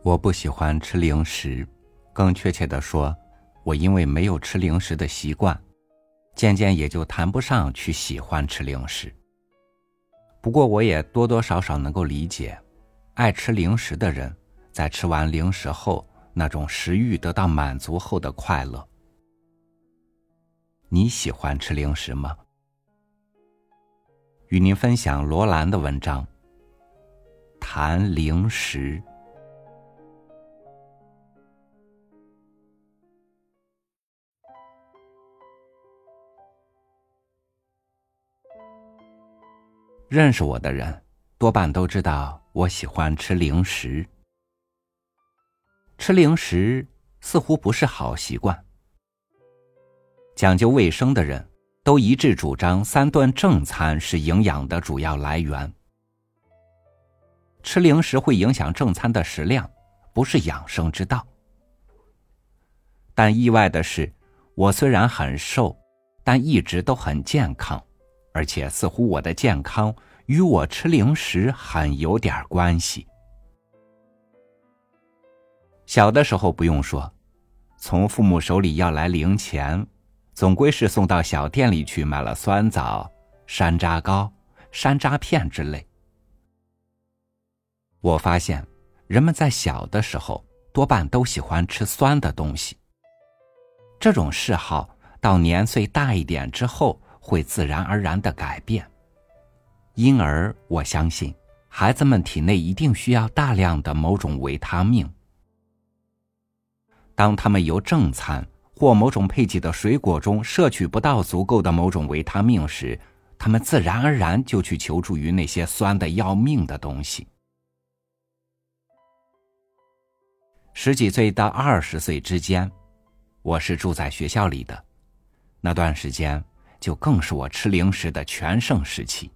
我不喜欢吃零食，更确切地说，我因为没有吃零食的习惯，渐渐也就谈不上去喜欢吃零食。不过我也多多少少能够理解，爱吃零食的人在吃完零食后那种食欲得到满足后的快乐。你喜欢吃零食吗？与您分享罗兰的文章，谈零食。认识我的人多半都知道我喜欢吃零食。吃零食似乎不是好习惯。讲究卫生的人都一致主张3顿正餐是营养的主要来源。吃零食会影响正餐的食量，不是养生之道。但意外的是，我虽然很瘦，但一直都很健康，而且似乎我的健康与我吃零食很有点关系。小的时候不用说，从父母手里要来零钱，总归是送到小店里去买了酸枣、山楂糕、山楂片之类。我发现人们在小的时候多半都喜欢吃酸的东西，这种嗜好到年岁大一点之后会自然而然地改变。因而我相信孩子们体内一定需要大量的某种维他命。当他们由正餐或某种配给的水果中摄取不到足够的某种维他命时，他们自然而然就去求助于那些酸得要命的东西。10几岁到20岁之间，我是住在学校里的，那段时间就更是我吃零食的全盛时期。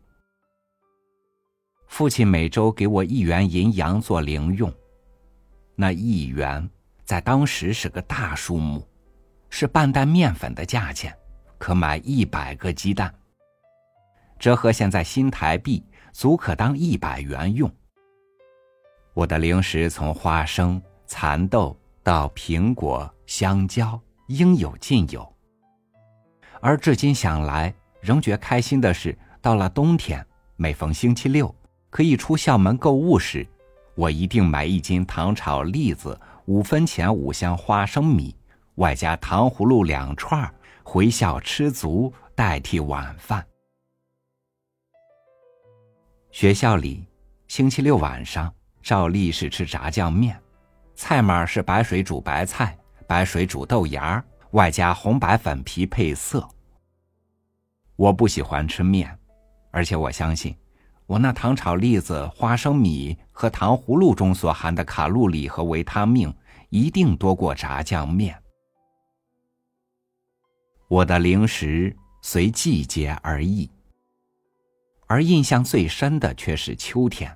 父亲每周给我1元银洋做零用，那1元在当时是个大数目，是半袋面粉的价钱，可买100个鸡蛋，折合现在新台币足可当100元用。我的零食从花生、蚕豆到苹果、香蕉，应有尽有。而至今想来，仍觉开心的是，到了冬天，每逢星期六可以出校门购物时，我一定买1斤糖炒栗子，5分钱5箱花生米，外加糖葫芦2串，回校吃足，代替晚饭。学校里星期六晚上照例是吃炸酱面，菜码是白水煮白菜、白水煮豆芽，外加红白粉皮配色。我不喜欢吃面，而且我相信我那糖炒栗子、花生米和糖葫芦中所含的卡路里和维他命一定多过炸酱面。我的零食随季节而异，而印象最深的却是秋天。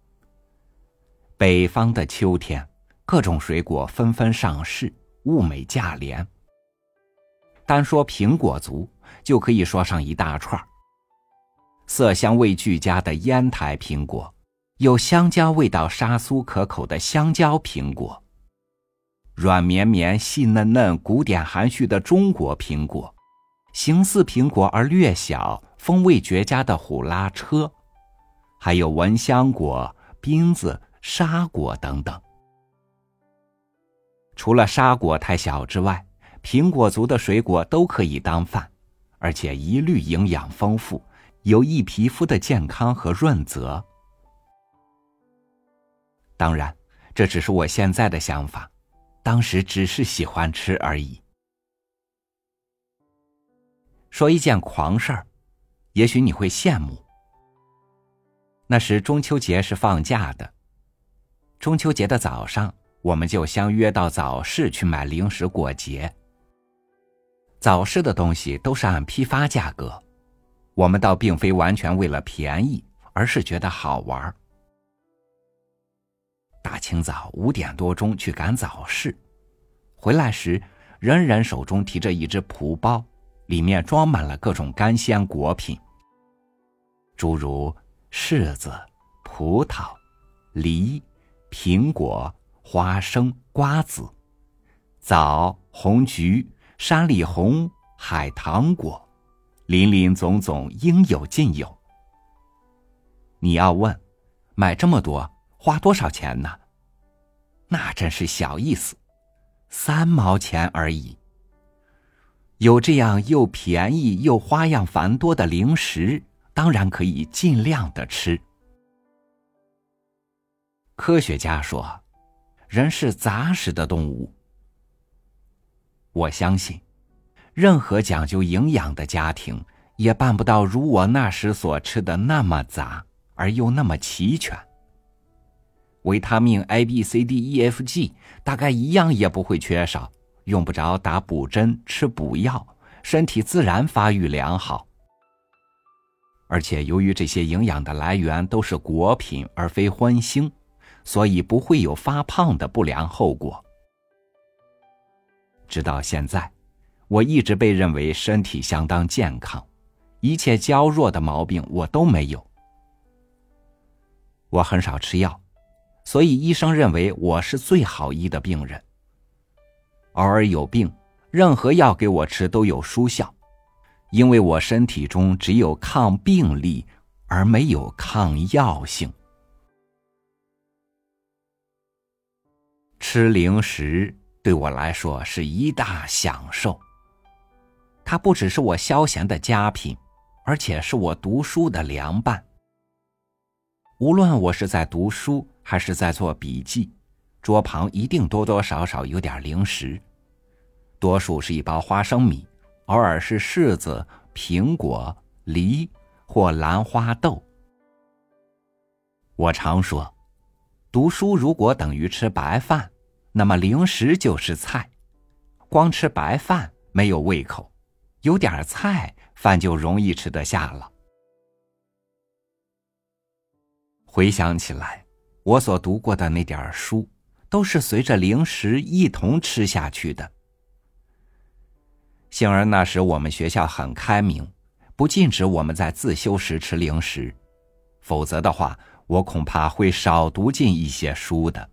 北方的秋天，各种水果纷纷上市，物美价廉。单说苹果族，就可以说上一大串。色香味俱佳的烟台苹果，有香蕉味道沙酥可口的香蕉苹果，软绵绵细嫩嫩古典含蓄的中国苹果，形似苹果而略小风味绝佳的虎拉车，还有蚊香果、槟子、沙果等等。除了沙果太小之外，苹果族的水果都可以当饭，而且一律营养丰富，有益皮肤的健康和润泽。当然，这只是我现在的想法，当时只是喜欢吃而已。说一件狂事儿，也许你会羡慕。那时中秋节是放假的，中秋节的早上，我们就相约到早市去买零食过节。早市的东西都是按批发价格，我们倒并非完全为了便宜，而是觉得好玩。大清早5点多钟去赶早市，回来时人人手中提着一只蒲包，里面装满了各种干鲜果品，诸如柿子、葡萄、梨、苹果、 花生、瓜子、枣、红橘、山里红、海棠果，林林总总，应有尽有。你要问，买这么多花多少钱呢？那真是小意思，3毛钱而已。有这样又便宜又花样繁多的零食，当然可以尽量的吃。科学家说，人是杂食的动物。我相信，任何讲究营养的家庭，也办不到如我那时所吃的那么杂，而又那么齐全。维他命 A、B、C、D、E、F、G 大概一样也不会缺少，用不着打补针、吃补药，身体自然发育良好。而且由于这些营养的来源都是果品而非荤腥，所以不会有发胖的不良后果。直到现在，我一直被认为身体相当健康，一切娇弱的毛病我都没有。我很少吃药，所以医生认为我是最好医的病人。偶尔有病，任何药给我吃都有殊效，因为我身体中只有抗病力，而没有抗药性。吃零食对我来说是一大享受，它不只是我消闲的佳品，而且是我读书的良伴。无论我是在读书还是在做笔记，桌旁一定多多少少有点零食，多数是一包花生米，偶尔是柿子、苹果、梨或兰花豆。我常说，读书如果等于吃白饭，那么零食就是菜。光吃白饭没有胃口，有点菜，饭就容易吃得下了。回想起来，我所读过的那点书，都是随着零食一同吃下去的。幸而那时我们学校很开明，不禁止我们在自修时吃零食，否则的话，我恐怕会少读进一些书的。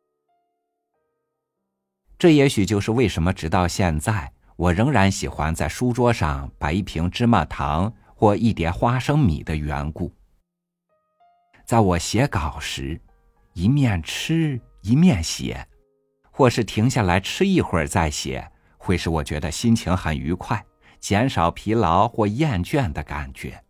这也许就是为什么直到现在，我仍然喜欢在书桌上摆一瓶芝麻糖或一碟花生米的缘故。在我写稿时，一面吃一面写，或是停下来吃一会儿再写，会使我觉得心情很愉快，减少疲劳或厌倦的感觉。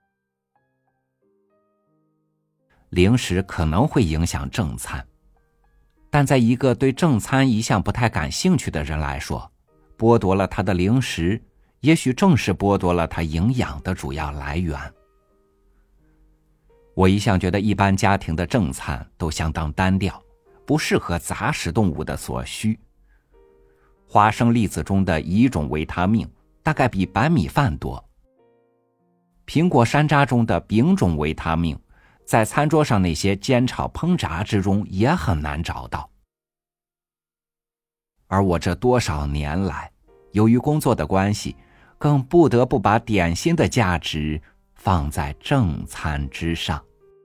零食可能会影响正餐，但在一个对正餐一向不太感兴趣的人来说，剥夺了他的零食，也许正是剥夺了他营养的主要来源。我一向觉得一般家庭的正餐都相当单调，不适合杂食动物的所需。花生粒子中的乙种维他命大概比白米饭多。苹果山楂中的丙种维他命，在餐桌上那些煎炒烹炸之中也很难找到。而我这多少年来，由于工作的关系，更不得不把点心的价值放在正餐之上。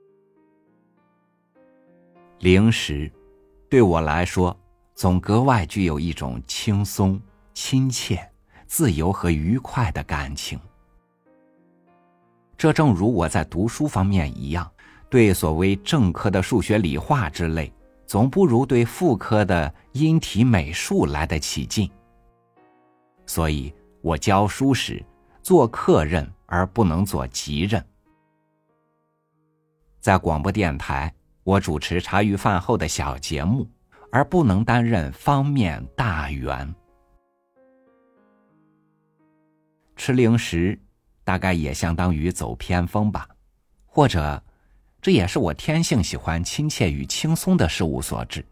零食对我来说，总格外具有一种轻松、亲切、自由和愉快的感情。这正如我在读书方面一样，对所谓正科的数学、理化之类，总不如对副科的音体美术来得起劲。所以我教书时做客任而不能做级任。在广播电台，我主持茶余饭后的小节目，而不能担任方面大员。吃零食大概也相当于走偏锋吧，或者这也是我天性喜欢亲切与轻松的事物所致。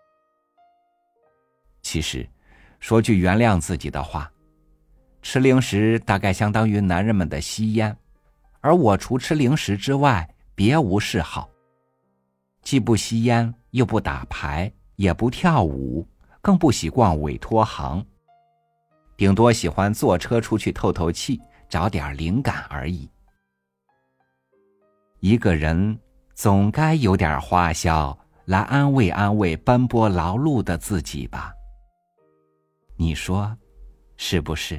其实说句原谅自己的话，吃零食大概相当于男人们的吸烟，而我除吃零食之外别无嗜好，既不吸烟，又不打牌，也不跳舞，更不喜逛委托行，顶多喜欢坐车出去透透气，找点灵感而已。一个人总该有点花销， 来安慰安慰奔波劳碌的自己吧。你说是不是？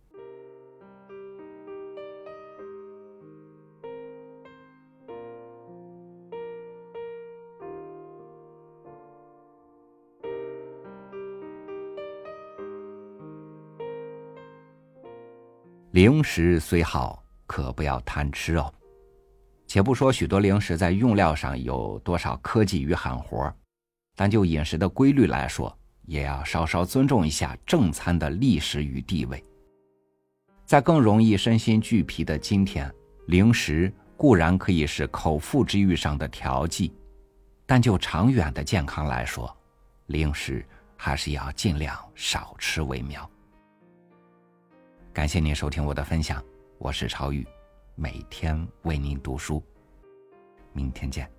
零食虽好，可不要贪吃哦。且不说许多零食在用料上有多少科技与狠活，但就饮食的规律来说，也要稍稍尊重一下正餐的历史与地位。在更容易身心俱疲的今天，零食固然可以是口腹之欲上的调剂，但就长远的健康来说，零食还是要尽量少吃为妙。感谢您收听我的分享，我是超宇，每天为您读书，明天见。